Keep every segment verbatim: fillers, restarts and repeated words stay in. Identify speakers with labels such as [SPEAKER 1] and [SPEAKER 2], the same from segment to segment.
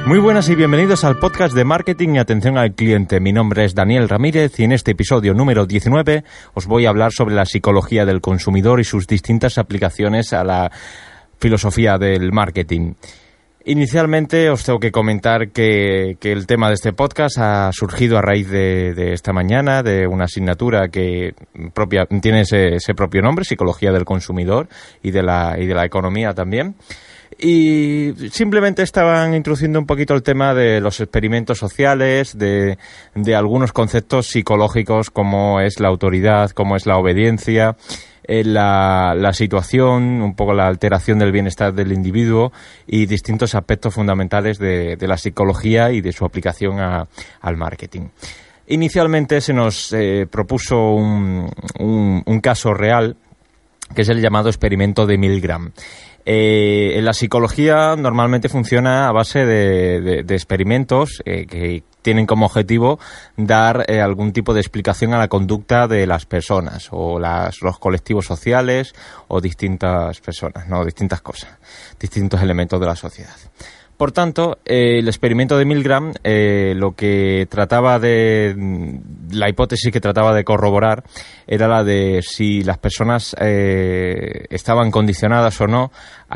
[SPEAKER 1] Muy buenas y bienvenidos al podcast de Marketing y Atención al Cliente. Mi nombre es Daniel Ramírez y en este episodio número diecinueve os voy a hablar sobre la psicología del consumidor y sus distintas aplicaciones a la filosofía del marketing. Inicialmente os tengo que comentar que, que el tema de este podcast ha surgido a raíz de, de esta mañana, de una asignatura que propia, tiene ese, ese propio nombre, Psicología del Consumidor y de la, y de la economía también. Y simplemente estaban introduciendo un poquito el tema de los experimentos sociales, de, de algunos conceptos psicológicos como es la autoridad, como es la obediencia, eh, la, la situación, un poco la alteración del bienestar del individuo y distintos aspectos fundamentales de, de la psicología y de su aplicación a, al marketing. Inicialmente se nos eh, propuso un, un, un caso real que es el llamado experimento de Milgram. Eh, en la psicología normalmente funciona a base de, de, de experimentos eh, que tienen como objetivo dar eh, algún tipo de explicación a la conducta de las personas o las, los colectivos sociales o distintas personas, no, distintas cosas, distintos elementos de la sociedad. Por tanto, eh, el experimento de Milgram, eh, lo que trataba de, la hipótesis que trataba de corroborar era la de si las personas eh, estaban condicionadas o no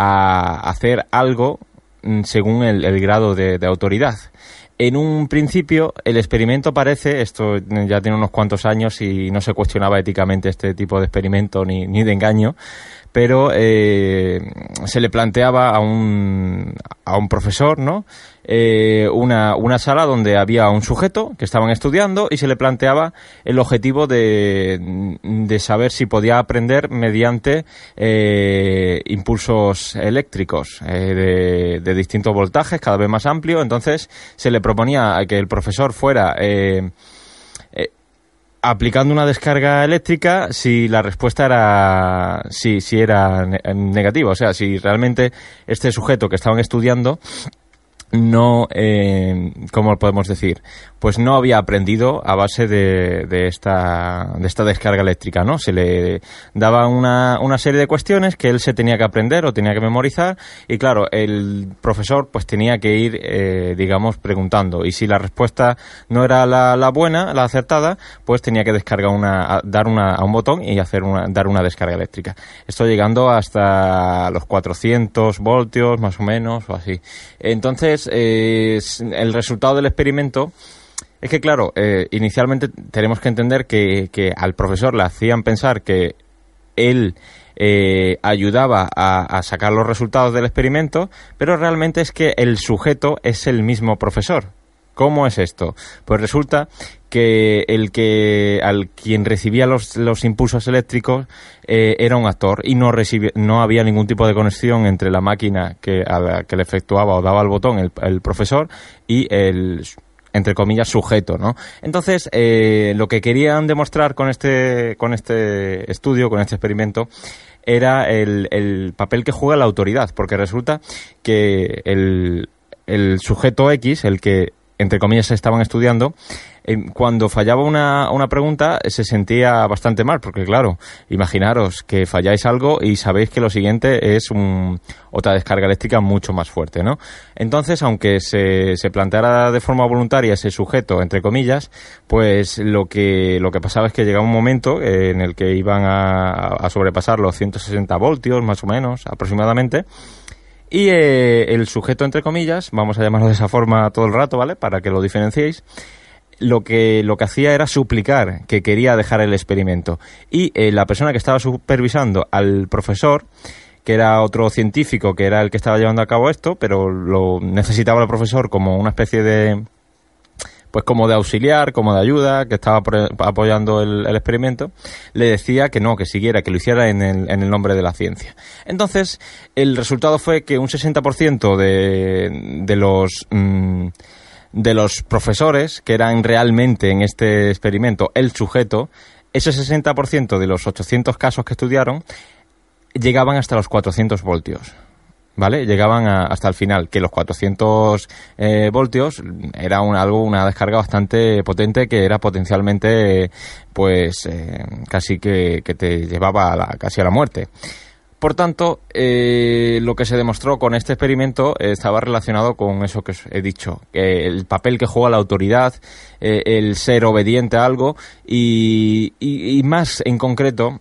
[SPEAKER 1] a hacer algo según el, el grado de, de autoridad. En un principio, el experimento parece, esto ya tiene unos cuantos años y no se cuestionaba éticamente este tipo de experimento ni, ni de engaño, pero eh, se le planteaba a un, a un profesor, ¿no? Eh, una, una sala donde había un sujeto que estaban estudiando y se le planteaba el objetivo de, de saber si podía aprender mediante eh, impulsos eléctricos eh, de, de distintos voltajes, cada vez más amplio. Entonces se le proponía a que el profesor fuera eh, eh, aplicando una descarga eléctrica si la respuesta era si, si era ne- negativa, o sea, si realmente este sujeto que estaban estudiando no, eh, ¿cómo podemos decir? Pues no había aprendido a base de, de esta de esta descarga eléctrica, ¿no? Se le daba una, una serie de cuestiones que él se tenía que aprender o tenía que memorizar y claro, el profesor pues tenía que ir, eh, digamos, preguntando y si la respuesta no era la, la buena, la acertada, pues tenía que descargar una, a, dar una, a un botón y hacer una, dar una descarga eléctrica. Esto llegando hasta los cuatrocientos voltios, más o menos, o así. Entonces, eh, el resultado del experimento es que, claro, eh, inicialmente tenemos que entender que, que al profesor le hacían pensar que él eh, ayudaba a, a sacar los resultados del experimento, pero realmente es que el sujeto es el mismo profesor. ¿Cómo es esto? Pues resulta que el que al quien recibía los, los impulsos eléctricos eh, era un actor y no recibía, no había ningún tipo de conexión entre la máquina que a la que le efectuaba o daba el botón el, el profesor y el, entre comillas, sujeto, ¿no? Entonces, eh, lo que querían demostrar con este con este estudio, con este experimento, era el, el papel que juega la autoridad, porque resulta que el, el sujeto X, el que entre comillas se estaban estudiando, eh, cuando fallaba una, una pregunta eh, se sentía bastante mal, porque claro, imaginaros que falláis algo y sabéis que lo siguiente es un, otra descarga eléctrica mucho más fuerte, ¿no? Entonces, aunque se, se planteara de forma voluntaria ese sujeto, entre comillas, pues lo que, lo que pasaba es que llegaba un momento eh, en el que iban a, a sobrepasar los ciento sesenta voltios, más o menos, aproximadamente. Y eh, el sujeto, entre comillas, vamos a llamarlo de esa forma todo el rato, ¿vale? Para que lo diferenciéis, lo que lo que hacía era suplicar que quería dejar el experimento. Y eh, la persona que estaba supervisando al profesor, que era otro científico, que era el que estaba llevando a cabo esto, pero lo necesitaba el profesor como una especie de, pues como de auxiliar, como de ayuda, que estaba apoyando el, el experimento, le decía que no, que siguiera, que lo hiciera en el, en el nombre de la ciencia. Entonces, el resultado fue que un sesenta por ciento de, de los mmm, de los profesores, que eran realmente en este experimento el sujeto, ese sesenta por ciento de los ochocientos casos que estudiaron, llegaban hasta los cuatrocientos voltios. ¿Vale? Llegaban a, hasta el final, que los cuatrocientos eh, voltios era un, algo, una descarga bastante potente que era potencialmente, pues, eh, casi que, que te llevaba a la, casi a la muerte. Por tanto, eh, lo que se demostró con este experimento eh, estaba relacionado con eso que os he dicho, eh, el papel que juega la autoridad, eh, el ser obediente a algo y, y, y más en concreto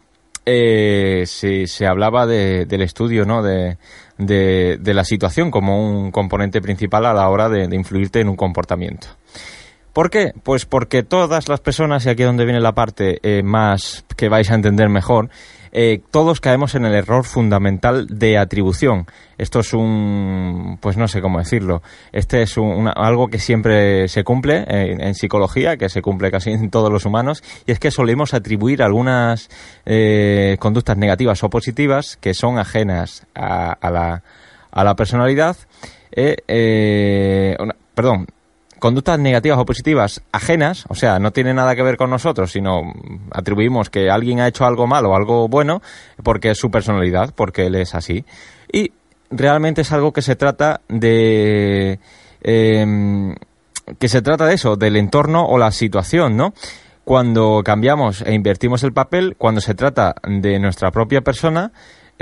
[SPEAKER 1] eh, se, se hablaba de, del estudio, ¿no? de, de, de la situación como un componente principal a la hora de, de influirte en un comportamiento. ¿Por qué? Pues porque todas las personas, y aquí es donde viene la parte eh, más que vais a entender mejor, Eh, todos caemos en el error fundamental de atribución. Esto es un, pues no sé cómo decirlo, este es un, una, algo que siempre se cumple en, en psicología, que se cumple casi en todos los humanos, y es que solemos atribuir algunas eh, conductas negativas o positivas que son ajenas a, a, la, a la personalidad, eh, eh, una, perdón, conductas negativas o positivas ajenas, o sea, no tiene nada que ver con nosotros, sino atribuimos que alguien ha hecho algo malo o algo bueno porque es su personalidad, porque él es así. Y realmente es algo que se trata de... Eh, que se trata de eso, del entorno o la situación, ¿no? Cuando cambiamos e invertimos el papel, cuando se trata de nuestra propia persona,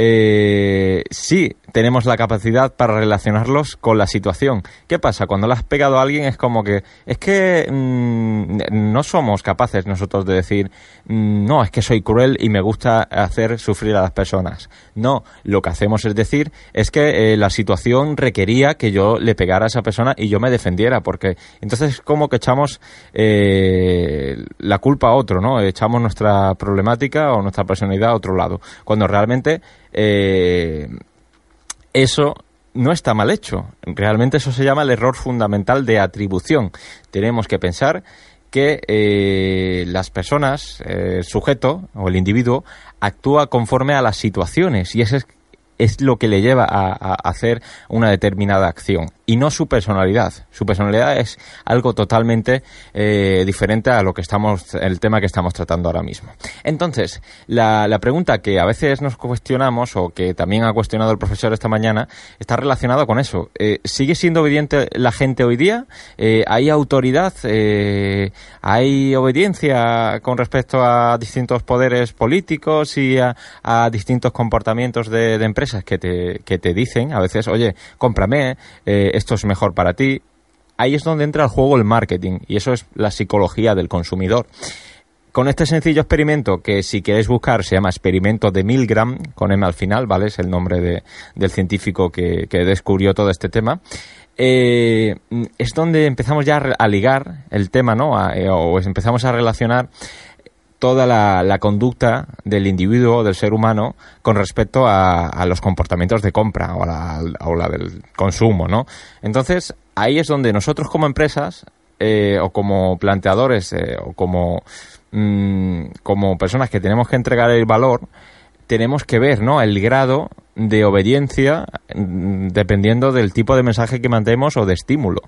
[SPEAKER 1] Eh, sí tenemos la capacidad para relacionarlos con la situación. ¿Qué pasa? Cuando le has pegado a alguien es como que es que mmm, no somos capaces nosotros de decir mmm, no, es que soy cruel y me gusta hacer sufrir a las personas. No, lo que hacemos es decir es que eh, la situación requería que yo le pegara a esa persona y yo me defendiera, porque entonces es como que echamos eh, la culpa a otro, ¿no? Echamos nuestra problemática o nuestra personalidad a otro lado, cuando realmente Eh, eso no está mal hecho. Realmente eso se llama el error fundamental de atribución. Tenemos que pensar que eh, las personas, eh, el sujeto o el individuo, actúa conforme a las situaciones y ese es, es lo que le lleva a, a hacer una determinada acción y no su personalidad. Su personalidad es algo totalmente eh, diferente a lo que estamos, el tema que estamos tratando ahora mismo. Entonces, la, la pregunta que a veces nos cuestionamos, o que también ha cuestionado el profesor esta mañana, está relacionada con eso. Eh, ¿Sigue siendo obediente la gente hoy día? Eh, ¿Hay autoridad? Eh, ¿Hay obediencia con respecto a distintos poderes políticos y a, a distintos comportamientos de, de empresas que te, que te dicen a veces, oye, cómprame, eh, esto es mejor para ti? Ahí es donde entra el juego el marketing, y eso es la psicología del consumidor. Con este sencillo experimento, que si queréis buscar se llama experimento de Milgram, con M al final, ¿vale? Es el nombre de, del científico que, que descubrió todo este tema. Eh, es donde empezamos ya a ligar el tema, ¿no? A, eh, o empezamos a relacionar toda la, la conducta del individuo, del ser humano, con respecto a, a los comportamientos de compra o, a la, o la del consumo, ¿no? Entonces, ahí es donde nosotros como empresas eh, o como planteadores eh, o como, mmm, como personas que tenemos que entregar el valor, tenemos que ver, ¿no?, el grado de obediencia mmm, dependiendo del tipo de mensaje que mandemos o de estímulo.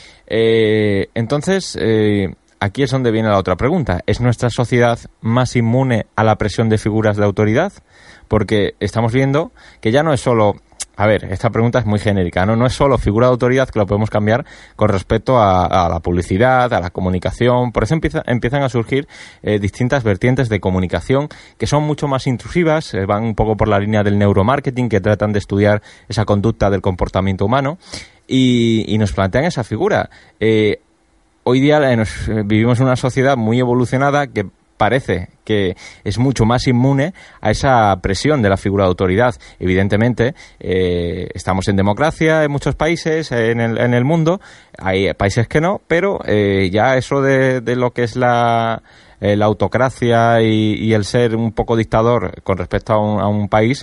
[SPEAKER 1] Eh, entonces, eh, aquí es donde viene la otra pregunta. ¿Es nuestra sociedad más inmune a la presión de figuras de autoridad? Porque estamos viendo que ya no es solo... A ver, esta pregunta es muy genérica, ¿no? No es solo figura de autoridad, que lo podemos cambiar con respecto a, a la publicidad, a la comunicación. Por eso empieza, empiezan a surgir eh, distintas vertientes de comunicación que son mucho más intrusivas, eh, van un poco por la línea del neuromarketing, que tratan de estudiar esa conducta del comportamiento humano y, y nos plantean esa figura. Eh, Hoy día eh, nos, eh, vivimos en una sociedad muy evolucionada que parece que es mucho más inmune a esa presión de la figura de autoridad. Evidentemente, eh, estamos en democracia en muchos países en el, en el mundo, hay países que no, pero eh, ya eso de, de lo que es la, eh, la autocracia y, y el ser un poco dictador con respecto a un, a un país,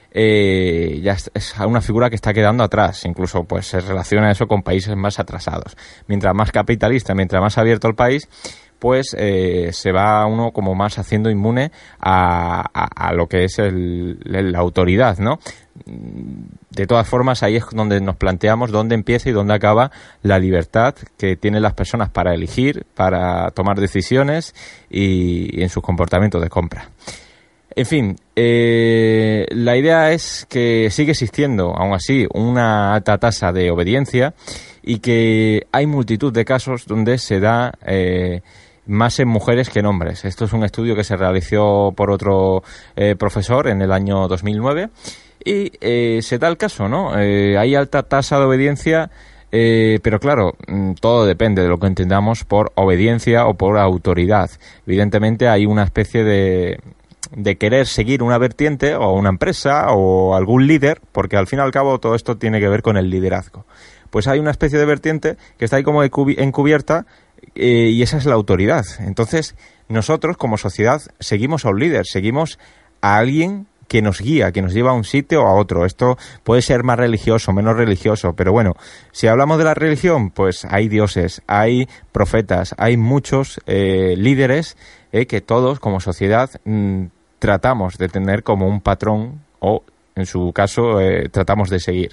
[SPEAKER 1] Eh, ya es, es una figura que está quedando atrás. Incluso pues se relaciona eso con países más atrasados. Mientras más capitalista, mientras más abierto el país, pues eh, se va uno como más haciendo inmune a, a, a lo que es el, el, la autoridad, ¿no? De todas formas, ahí es donde nos planteamos dónde empieza y dónde acaba la libertad que tienen las personas para elegir, para tomar decisiones y, y en sus comportamientos de compra. En fin, eh, la idea es que sigue existiendo, aún así, una alta tasa de obediencia y que hay multitud de casos donde se da eh, más en mujeres que en hombres. Esto es un estudio que se realizó por otro eh, profesor en el año dos mil nueve y eh, se da el caso, ¿no? Eh, hay alta tasa de obediencia, eh, pero claro, todo depende de lo que entendamos por obediencia o por autoridad. Evidentemente hay una especie de... de querer seguir una vertiente o una empresa o algún líder, porque al fin y al cabo todo esto tiene que ver con el liderazgo. Pues hay una especie de vertiente que está ahí como encubierta eh, y esa es la autoridad. Entonces, nosotros como sociedad seguimos a un líder, seguimos a alguien que nos guía, que nos lleva a un sitio o a otro. Esto puede ser más religioso, menos religioso, pero bueno, si hablamos de la religión, pues hay dioses, hay profetas, hay muchos eh, líderes eh, que todos como sociedad mmm, tratamos de tener como un patrón o, en su caso, eh, tratamos de seguir.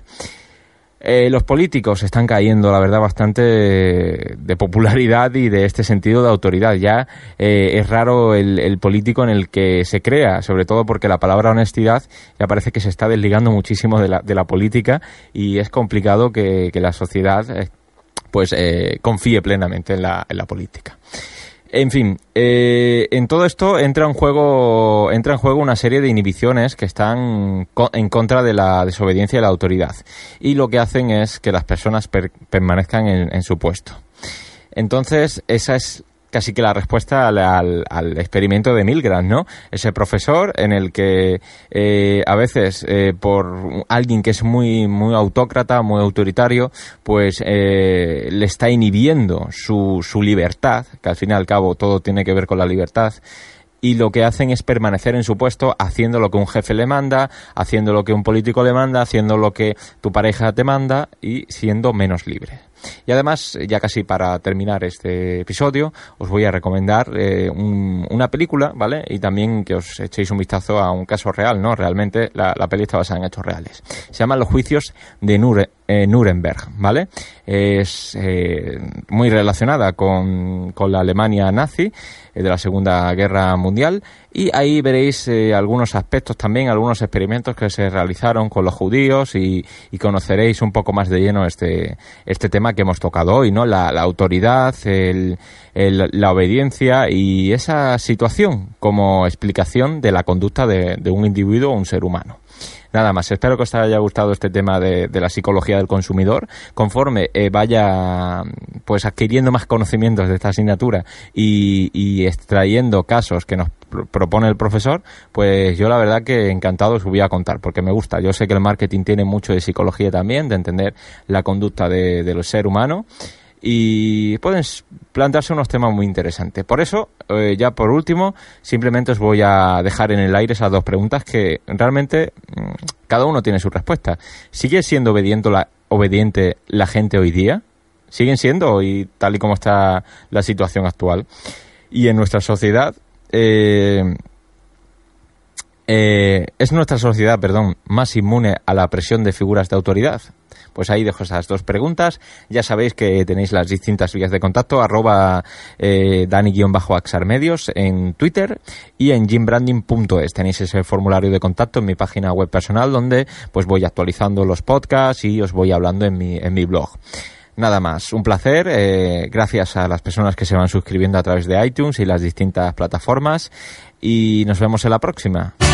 [SPEAKER 1] Eh, los políticos están cayendo, la verdad, bastante de, de popularidad y de este sentido de autoridad. Ya eh, es raro el, el político en el que se crea, sobre todo porque la palabra honestidad ya parece que se está desligando muchísimo de la, de la política y es complicado que, que la sociedad eh, pues eh, confíe plenamente en la, en la política. En fin, eh, en todo esto entra en juego entra en juego una serie de inhibiciones que están co- en contra de la desobediencia y la autoridad. Y lo que hacen es que las personas per- permanezcan en, en su puesto. Entonces, esa es casi que la respuesta al, al, al experimento de Milgram, ¿no? Ese profesor en el que eh, a veces eh, por alguien que es muy muy autócrata, muy autoritario, pues eh, le está inhibiendo su, su libertad, que al fin y al cabo todo tiene que ver con la libertad, y lo que hacen es permanecer en su puesto haciendo lo que un jefe le manda, haciendo lo que un político le manda, haciendo lo que tu pareja te manda y siendo menos libre. Y además, ya casi para terminar este episodio, os voy a recomendar eh, un, una película, ¿vale? Y también que os echéis un vistazo a un caso real, ¿no? Realmente la, la peli está basada en hechos reales. Se llama Los juicios de Nure, eh, Nuremberg, ¿vale? Es eh, muy relacionada con, con la Alemania nazi eh, de la Segunda Guerra Mundial y ahí veréis eh, algunos aspectos también, algunos experimentos que se realizaron con los judíos y, y conoceréis un poco más de lleno este, este tema que hemos tocado hoy, ¿no? La, la autoridad, el, el, la obediencia y esa situación como explicación de la conducta de, de un individuo o un ser humano. Nada más, espero que os haya gustado este tema de, de la psicología del consumidor. Conforme eh, vaya pues adquiriendo más conocimientos de esta asignatura y, y extrayendo casos que nos pr- propone el profesor, pues yo la verdad que encantado os voy a contar, porque me gusta. Yo sé que el marketing tiene mucho de psicología también, de entender la conducta de, del ser humano. Y pueden plantearse unos temas muy interesantes. Por eso, eh, ya por último, simplemente os voy a dejar en el aire esas dos preguntas que realmente mmm, cada uno tiene su respuesta. ¿Sigue siendo obediente la, obediente la gente hoy día? ¿Siguen siendo y tal y como está la situación actual? Y en nuestra sociedad, eh, eh, ¿es nuestra sociedad, perdón, más inmune a la presión de figuras de autoridad? Pues ahí dejo esas dos preguntas. Ya sabéis que tenéis las distintas vías de contacto, arroba eh, Dani-Axarmedios en Twitter y en jimbranding punto es. Tenéis ese formulario de contacto en mi página web personal donde pues voy actualizando los podcasts y os voy hablando en mi, en mi blog. Nada más, un placer, eh, gracias a las personas que se van suscribiendo a través de iTunes y las distintas plataformas y nos vemos en la próxima.